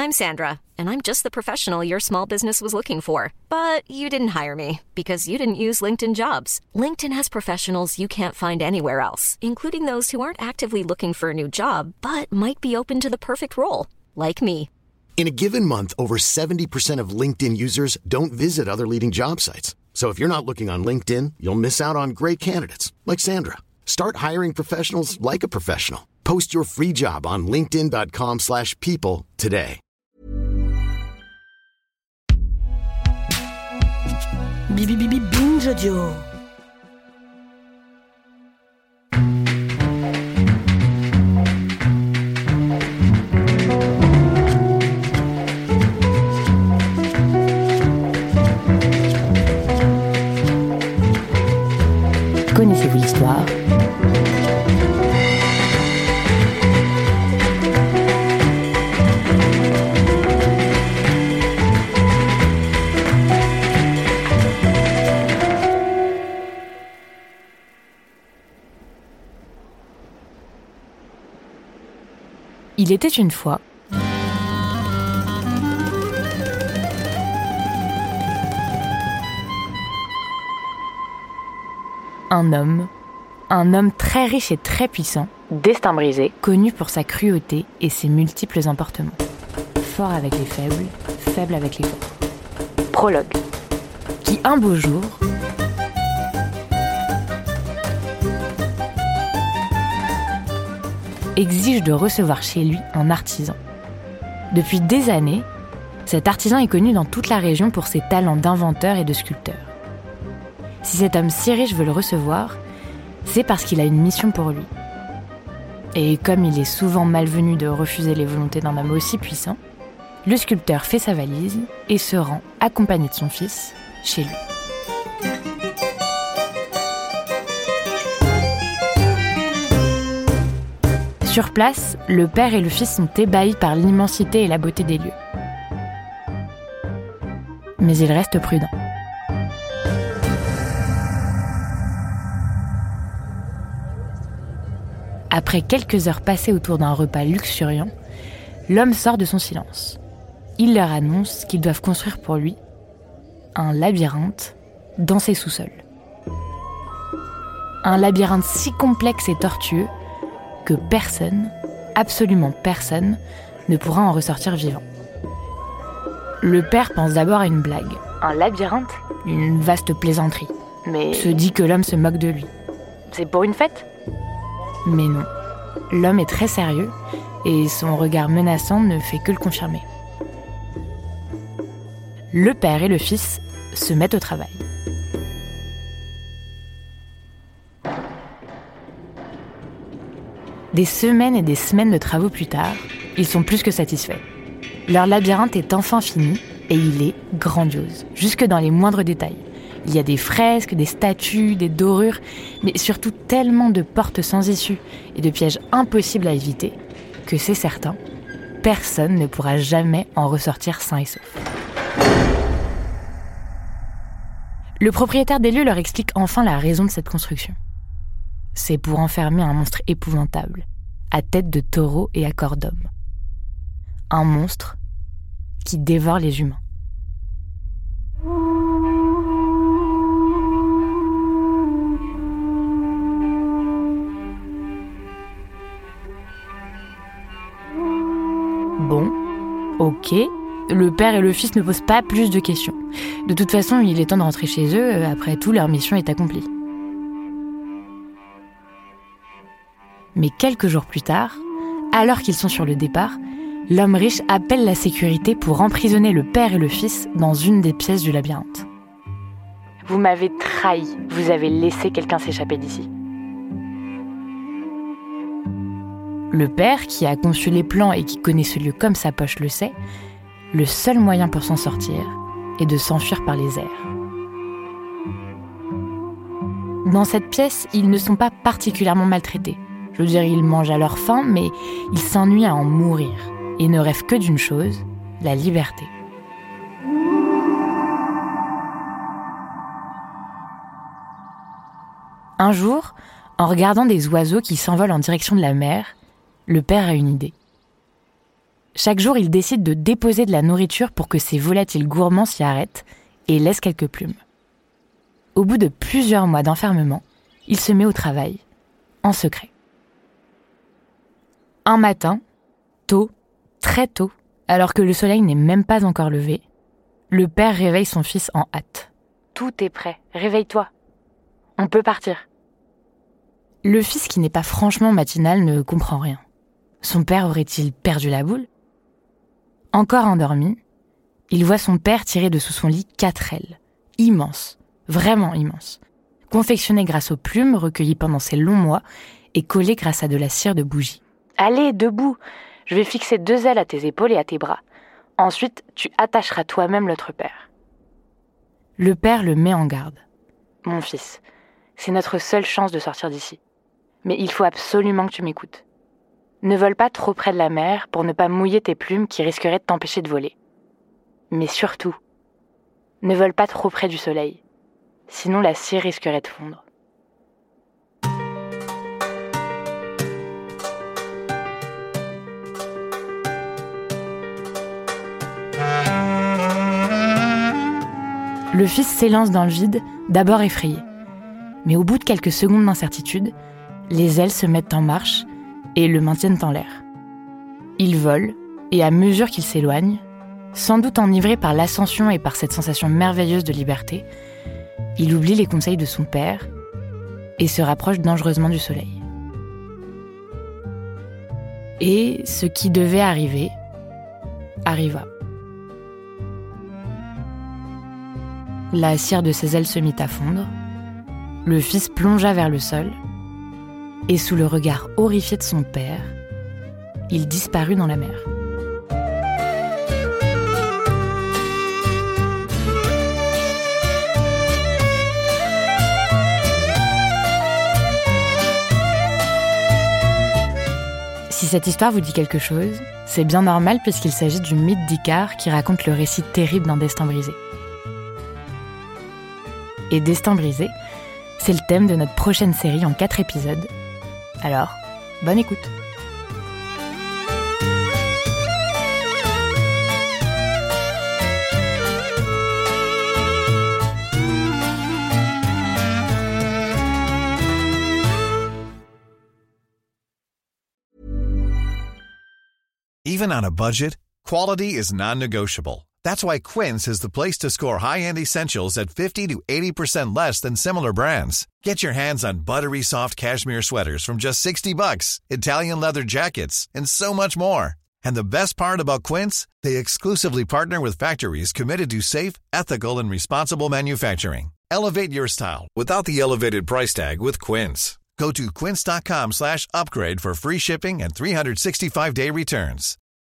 I'm Sandra, and I'm just the professional your small business was looking for. But you didn't hire me because you didn't use LinkedIn Jobs. LinkedIn has professionals you can't find anywhere else, including those who aren't actively looking for a new job, but might be open to the perfect role, like me. In a given month, over 70% of LinkedIn users don't visit other leading job sites. So if you're not looking on LinkedIn, you'll miss out on great candidates like Sandra. Start hiring professionals like a professional. Post your free job on linkedin.com/people today. Binge Audio. Connaissez-vous l'histoire ? Il était une fois un homme très riche et très puissant, destin brisé, connu pour sa cruauté et ses multiples emportements. Fort avec les faibles, faible avec les forts. Prologue. Qui un beau jour exige de recevoir chez lui un artisan. Depuis des années, cet artisan est connu dans toute la région pour ses talents d'inventeur et de sculpteur. Si cet homme si riche veut le recevoir, c'est parce qu'il a une mission pour lui. Et comme il est souvent malvenu de refuser les volontés d'un homme aussi puissant, le sculpteur fait sa valise et se rend, accompagné de son fils, chez lui. Sur place, le père et le fils sont ébahis par l'immensité et la beauté des lieux. Mais ils restent prudents. Après quelques heures passées autour d'un repas luxuriant, l'homme sort de son silence. Il leur annonce qu'ils doivent construire pour lui un labyrinthe dans ses sous-sols. Un labyrinthe si complexe et tortueux que personne, absolument personne, ne pourra en ressortir vivant. Le père pense d'abord à une blague. Un labyrinthe ? Une vaste plaisanterie. Mais se dit que l'homme se moque de lui. C'est pour une fête ? Mais non. L'homme est très sérieux et son regard menaçant ne fait que le confirmer. Le père et le fils se mettent au travail. Des semaines et des semaines de travaux plus tard, ils sont plus que satisfaits. Leur labyrinthe est enfin fini et il est grandiose, jusque dans les moindres détails. Il y a des fresques, des statues, des dorures, mais surtout tellement de portes sans issue et de pièges impossibles à éviter que c'est certain, personne ne pourra jamais en ressortir sain et sauf. Le propriétaire des lieux leur explique enfin la raison de cette construction. C'est pour enfermer un monstre épouvantable, à tête de taureau et à corps d'homme. Un monstre qui dévore les humains. Bon, ok, le père et le fils ne posent pas plus de questions. De toute façon, il est temps de rentrer chez eux, après tout, leur mission est accomplie. Mais quelques jours plus tard, alors qu'ils sont sur le départ, l'homme riche appelle la sécurité pour emprisonner le père et le fils dans une des pièces du labyrinthe. « Vous m'avez trahi, vous avez laissé quelqu'un s'échapper d'ici. » Le père, qui a conçu les plans et qui connaît ce lieu comme sa poche, le sait, le seul moyen pour s'en sortir est de s'enfuir par les airs. Dans cette pièce, ils ne sont pas particulièrement maltraités. Je veux dire, ils mangent à leur faim, mais ils s'ennuient à en mourir et ne rêvent que d'une chose, la liberté. Un jour, en regardant des oiseaux qui s'envolent en direction de la mer, le père a une idée. Chaque jour, il décide de déposer de la nourriture pour que ces volatiles gourmands s'y arrêtent et laissent quelques plumes. Au bout de plusieurs mois d'enfermement, il se met au travail, en secret. Un matin, tôt, très tôt, alors que le soleil n'est même pas encore levé, le père réveille son fils en hâte. « Tout est prêt, réveille-toi. On peut partir. » Le fils, qui n'est pas franchement matinal, ne comprend rien. Son père aurait-il perdu la boule ? Encore endormi, il voit son père tirer de sous son lit 4 ailes, immenses, vraiment immenses, confectionnées grâce aux plumes recueillies pendant ces longs mois et collées grâce à de la cire de bougie. « Allez, debout, je vais fixer 2 ailes à tes épaules et à tes bras. Ensuite, tu attacheras toi-même l'autre paire. » Le père le met en garde. « Mon fils, c'est notre seule chance de sortir d'ici. Mais il faut absolument que tu m'écoutes. Ne vole pas trop près de la mer pour ne pas mouiller tes plumes qui risqueraient de t'empêcher de voler. Mais surtout, ne vole pas trop près du soleil, sinon la cire risquerait de fondre. » Le fils s'élance dans le vide, d'abord effrayé. Mais au bout de quelques secondes d'incertitude, les ailes se mettent en marche et le maintiennent en l'air. Il vole, et à mesure qu'il s'éloigne, sans doute enivré par l'ascension et par cette sensation merveilleuse de liberté, il oublie les conseils de son père et se rapproche dangereusement du soleil. Et ce qui devait arriver, arriva. La cire de ses ailes se mit à fondre, le fils plongea vers le sol, et sous le regard horrifié de son père, il disparut dans la mer. Si cette histoire vous dit quelque chose, c'est bien normal puisqu'il s'agit du mythe d'Icare qui raconte le récit terrible d'un destin brisé. Et Destin brisé, c'est le thème de notre prochaine série en 4 épisodes. Alors, bonne écoute. Even on a budget, quality is non-negotiable. That's why Quince is the place to score high-end essentials at 50 to 80% less than similar brands. Get your hands on buttery soft cashmere sweaters from just $60, Italian leather jackets, and so much more. And the best part about Quince, they exclusively partner with factories committed to safe, ethical, and responsible manufacturing. Elevate your style without the elevated price tag with Quince. Go to quince.com/upgrade for free shipping and 365-day returns.